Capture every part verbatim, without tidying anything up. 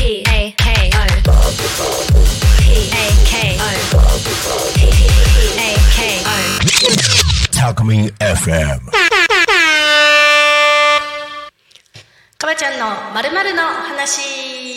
P A K O P A K O P A K O タコミン エフエム かばちゃんのまるまるの話。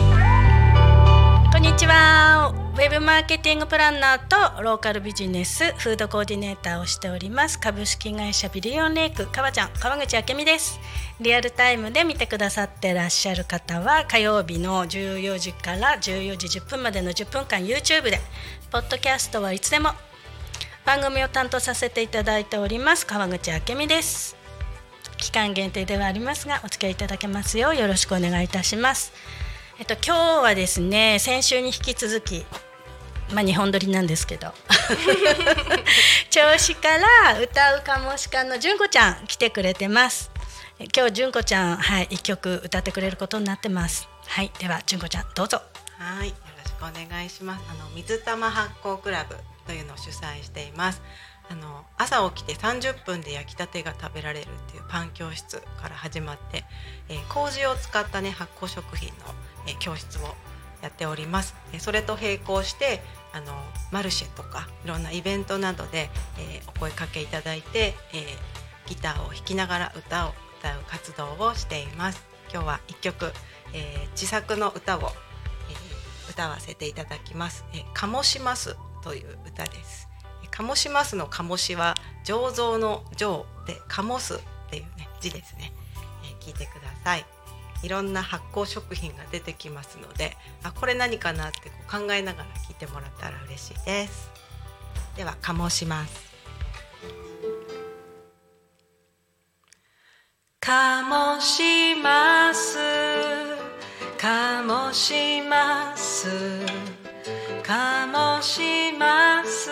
こんにちは。ウェブマーケティングプランナーとローカルビジネスフードコーディネーターをしております株式会社ビリオンレイクかばちゃん川口明美です。リアルタイムで見てくださってらっしゃる方は火曜日のじゅうよじからじゅうよじじゅっぷんまでのじゅっぷんかん YouTube で、ポッドキャストはいつでも。番組を担当させていただいております川口明美です。期間限定ではありますがお付き合いいただけますようよろしくお願いいたします。えっと今日はですね、先週に引き続きまあにほん撮りなんですけど銚子から歌うカモシカの純子ちゃん来てくれてます。今日純子ちゃん、はい、いっきょく歌ってくれることになってます。はい、では純子ちゃんどうぞ。 はい、よろしくお願いします。あの水玉発酵クラブというのを主催しています。あの朝起きてさんじゅっぷんで焼きたてが食べられるっていうパン教室から始まって、えー、麹を使ったね発酵食品の、えー、教室をやっております。えー、それと並行してあのマルシェとかいろんなイベントなどで、えー、お声かけいただいて、えー、ギターを弾きながら歌を歌う活動をしています。今日はいっきょく、えー、自作の歌を、えー、歌わせていただきます。えー、かもしますという歌です。かもしますのかもしは醸造の醸でかもすっていうね字ですね。えー、聞いてください。いろんな発酵食品が出てきますので、あこれ何かなってこう考えながら聞いてもらったら嬉しいです。ではかもします。かもしますかもしますかもします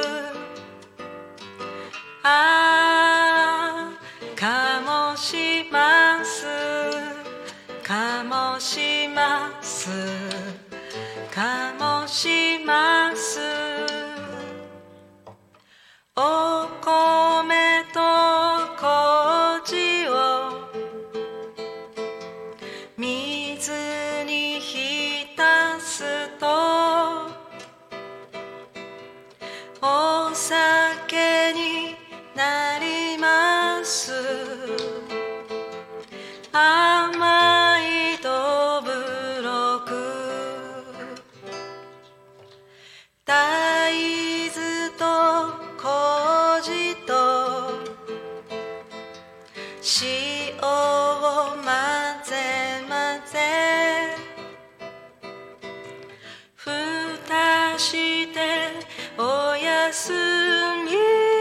あかもしますかもしますかもしますお米と麹を水に浸すとお酒になります甘いどぶろく大豆と麹と塩を混ぜ混ぜ蓋しておやすみ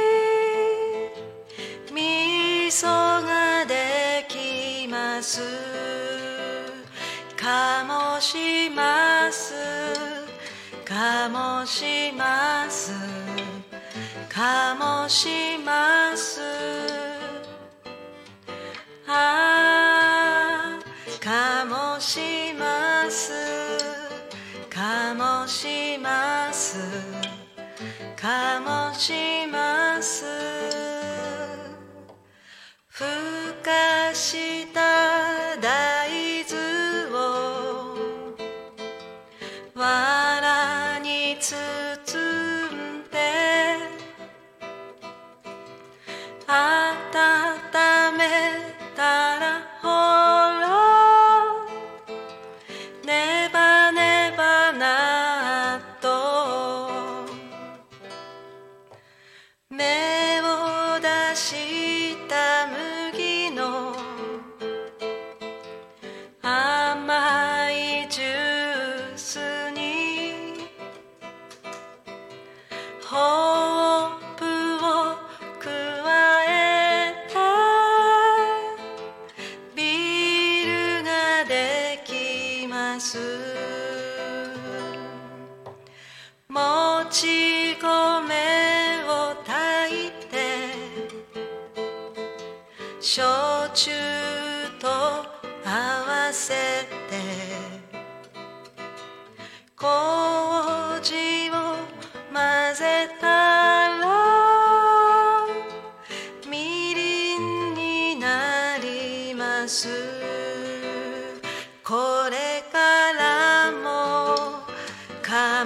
味噌ができますかもしますかもしますかもしますあかもしますかもしますかもしますふかした大豆を藁に包んで温めたらほらネバネバ納豆芽を出した麦の甘いジュースにホップを加えてビールができますもち米を炊いて焼酎と合わせて麹を混ぜたらみりんになりますこれから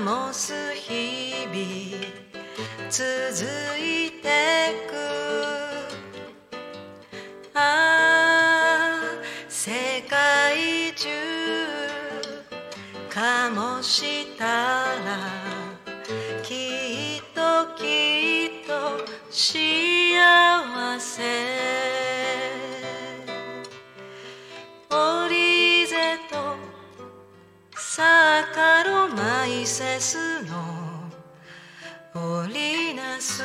醸す日々続いてく。ああ世界中醸したらきっときっと幸せ。オリゼとサカロマイセスの織りなす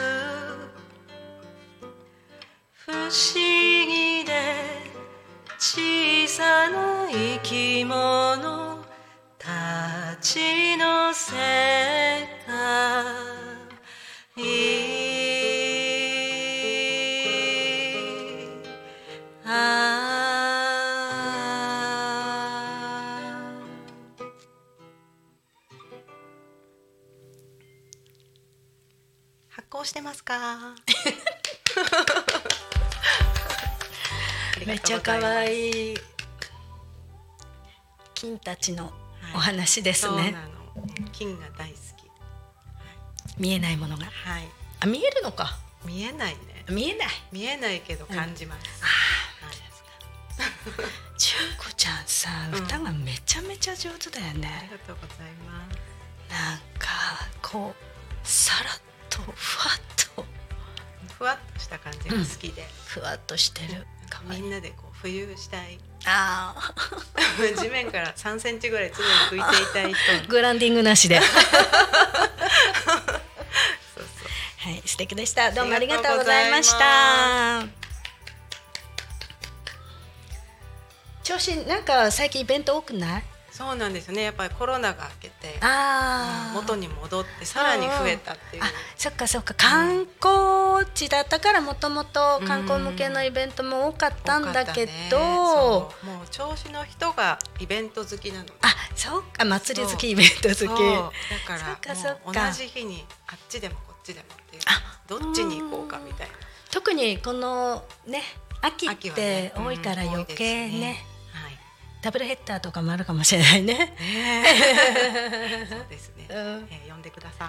不思議で小さな生き物たちの世界。発酵してますか？ めっちゃ可愛い金たちのお話ですね。 はい、そうなの。金が大好き。 見えないものが。 はい。 あ、見えるのか。 見えないね。 見えない。 見えないけど感じます。 うん、ああ、純子ちゃんさ、歌がめちゃめちゃ上手だよね。 ありがとうございます。 なんかこうさらっとふわっとふわっとした感じが好きで、うん、 ふわっとしてる。 みんなでこう浮遊したい。 ああ地面からさんセンチぐらい常に浮いていたい人。 グランディングなしで。そうそうそう。 はい、素敵でした。どうもありがとうございました。調子なんか最近イベント多くない？ そうなんですね。やっぱりコロナが明けて、 あ、 元に戻ってさらに増えたっていう。 あ、そっかそっか、観光地だったからもともと観光向けのイベントも多かったんだけど、うん、 もう銚子の人がイベント好きなので。 あ、そうか、祭り好き、イベント好き。だからもう同じ日にあっちでもこっちでもっていう、どっちに行こうかみたいな。 特にこのね秋って多いから余計ね。ダブルヘッダーとかもあるかもしれないね。 そうですね。うん、えー、呼んでください。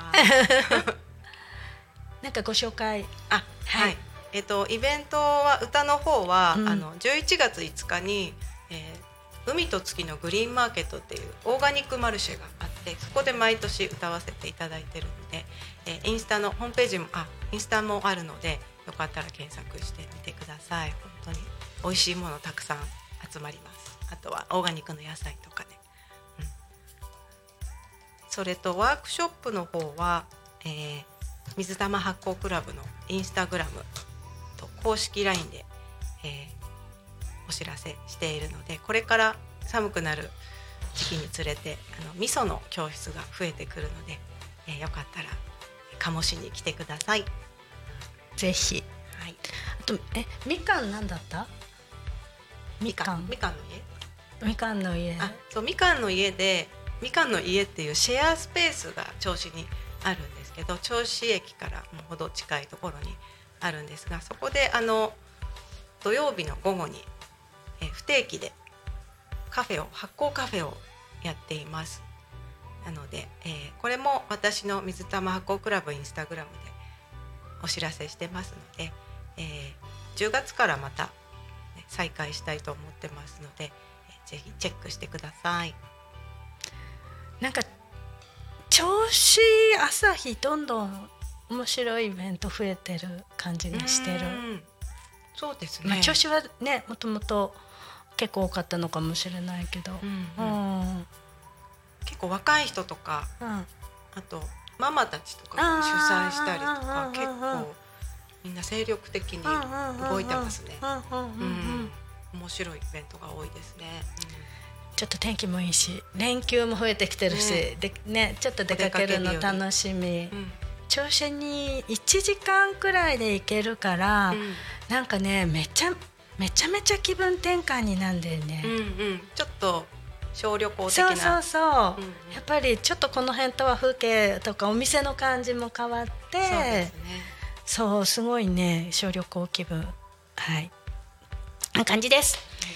なんかご紹介。 あ、はい。はい、えっとイベントは歌の方は、うん、あのじゅういちがついつかに、えー、海と月のグリーンマーケットっていうオーガニックマルシェがあって、そこで毎年歌わせていただいてるので、えー、インスタのホームページもあインスタもあるので、よかったら検索してみてください。本当に美味しいものたくさん集まります。あとはオーガニックの野菜とかね、うん、それとワークショップの方は、えー、水玉発酵クラブのインスタグラムと公式 ライン で、えー、お知らせしているので、これから寒くなる時期につれてあの味噌の教室が増えてくるので、えー、よかったら鴨市に来てください。 ぜひ。 はい、 あとえみかんなんだった？みかん。 みかんの家。 みかんの家。 あ、そうみかんの家でみかんの家っていうシェアスペースが銚子にあるんですけど、銚子駅からもうほど近いところにあるんですが、そこであの土曜日の午後にえ不定期でカフェを発酵カフェをやっています。なので、えー、これも私の水玉発酵クラブインスタグラムでお知らせしてますので、えー、じゅうがつからまた、ね、再開したいと思ってますので、ぜひチェックしてください。 なんか銚子朝日どんどん面白いイベント増えてる感じがしてる。 そうですね。 まあ、銚子はねもともと結構多かったのかもしれないけど、うんうんうん、 結構若い人とか、うん、あとママたちとかが主催したりとか、結構みんな精力的に動いてますね。面白いイベントが多いですね。 うん、ちょっと天気もいいし連休も増えてきてるし、ねでね、ちょっと出かけるの楽しみ。銚子、うん、にいちじかんくらいで行けるから、うん、なんかねめちゃめちゃめちゃ気分転換になんでね、 うんうん、ちょっと小旅行的な。 そうそうそう、うんうん、やっぱりちょっとこの辺とは風景とかお店の感じも変わって、そうですね、そうすごいね小旅行気分、はいな感じです。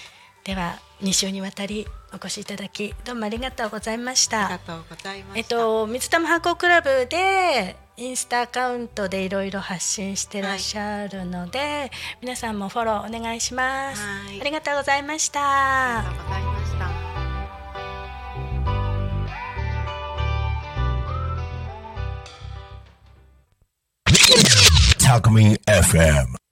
ではに週にわたりお越しいただきどうもありがとうございました。 ありがとうございました。 えっと水玉発酵クラブでインスタアカウントでいろいろ発信してらっしゃるので、はい、皆さんもフォローお願いします。はい、ありがとうございました。 ありがとうございました。 Talk Me エフエム